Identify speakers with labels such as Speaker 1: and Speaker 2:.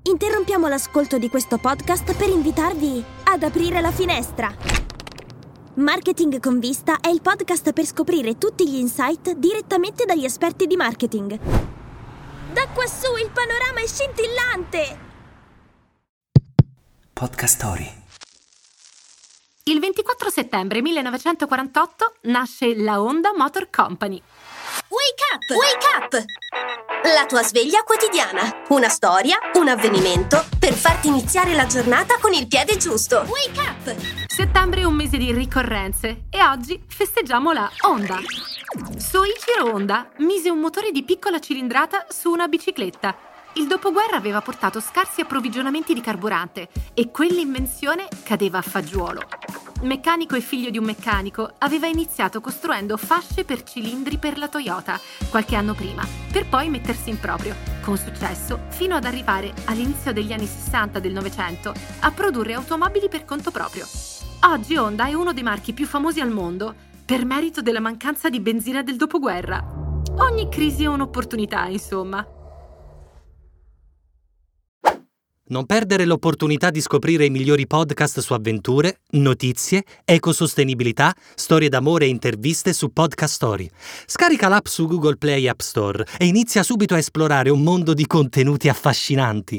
Speaker 1: Interrompiamo l'ascolto di questo podcast per invitarvi ad aprire la finestra. Marketing con Vista è il podcast per scoprire tutti gli insight direttamente dagli esperti di marketing. Da quassù il panorama è scintillante!
Speaker 2: Podcast Story.
Speaker 3: Il 24 settembre 1948 nasce la Honda Motor Company.
Speaker 4: Wake up! La tua sveglia quotidiana. Una storia, un avvenimento per farti iniziare la giornata con il piede giusto. Wake up!
Speaker 3: Settembre è un mese di ricorrenze e oggi festeggiamo la Honda. Soichiro Honda mise un motore di piccola cilindrata su una bicicletta. Il dopoguerra aveva portato scarsi approvvigionamenti di carburante e quell'invenzione cadeva a fagiolo. Meccanico e figlio di un meccanico, aveva iniziato costruendo fasce per cilindri per la Toyota qualche anno prima, per poi mettersi in proprio, con successo, fino ad arrivare all'inizio degli anni 60 del Novecento a produrre automobili per conto proprio. Oggi Honda è uno dei marchi più famosi al mondo, per merito della mancanza di benzina del dopoguerra. Ogni crisi è un'opportunità, insomma.
Speaker 2: Non perdere l'opportunità di scoprire i migliori podcast su avventure, notizie, ecosostenibilità, storie d'amore e interviste su Podcast Story. Scarica l'app su Google Play App Store e inizia subito a esplorare un mondo di contenuti affascinanti.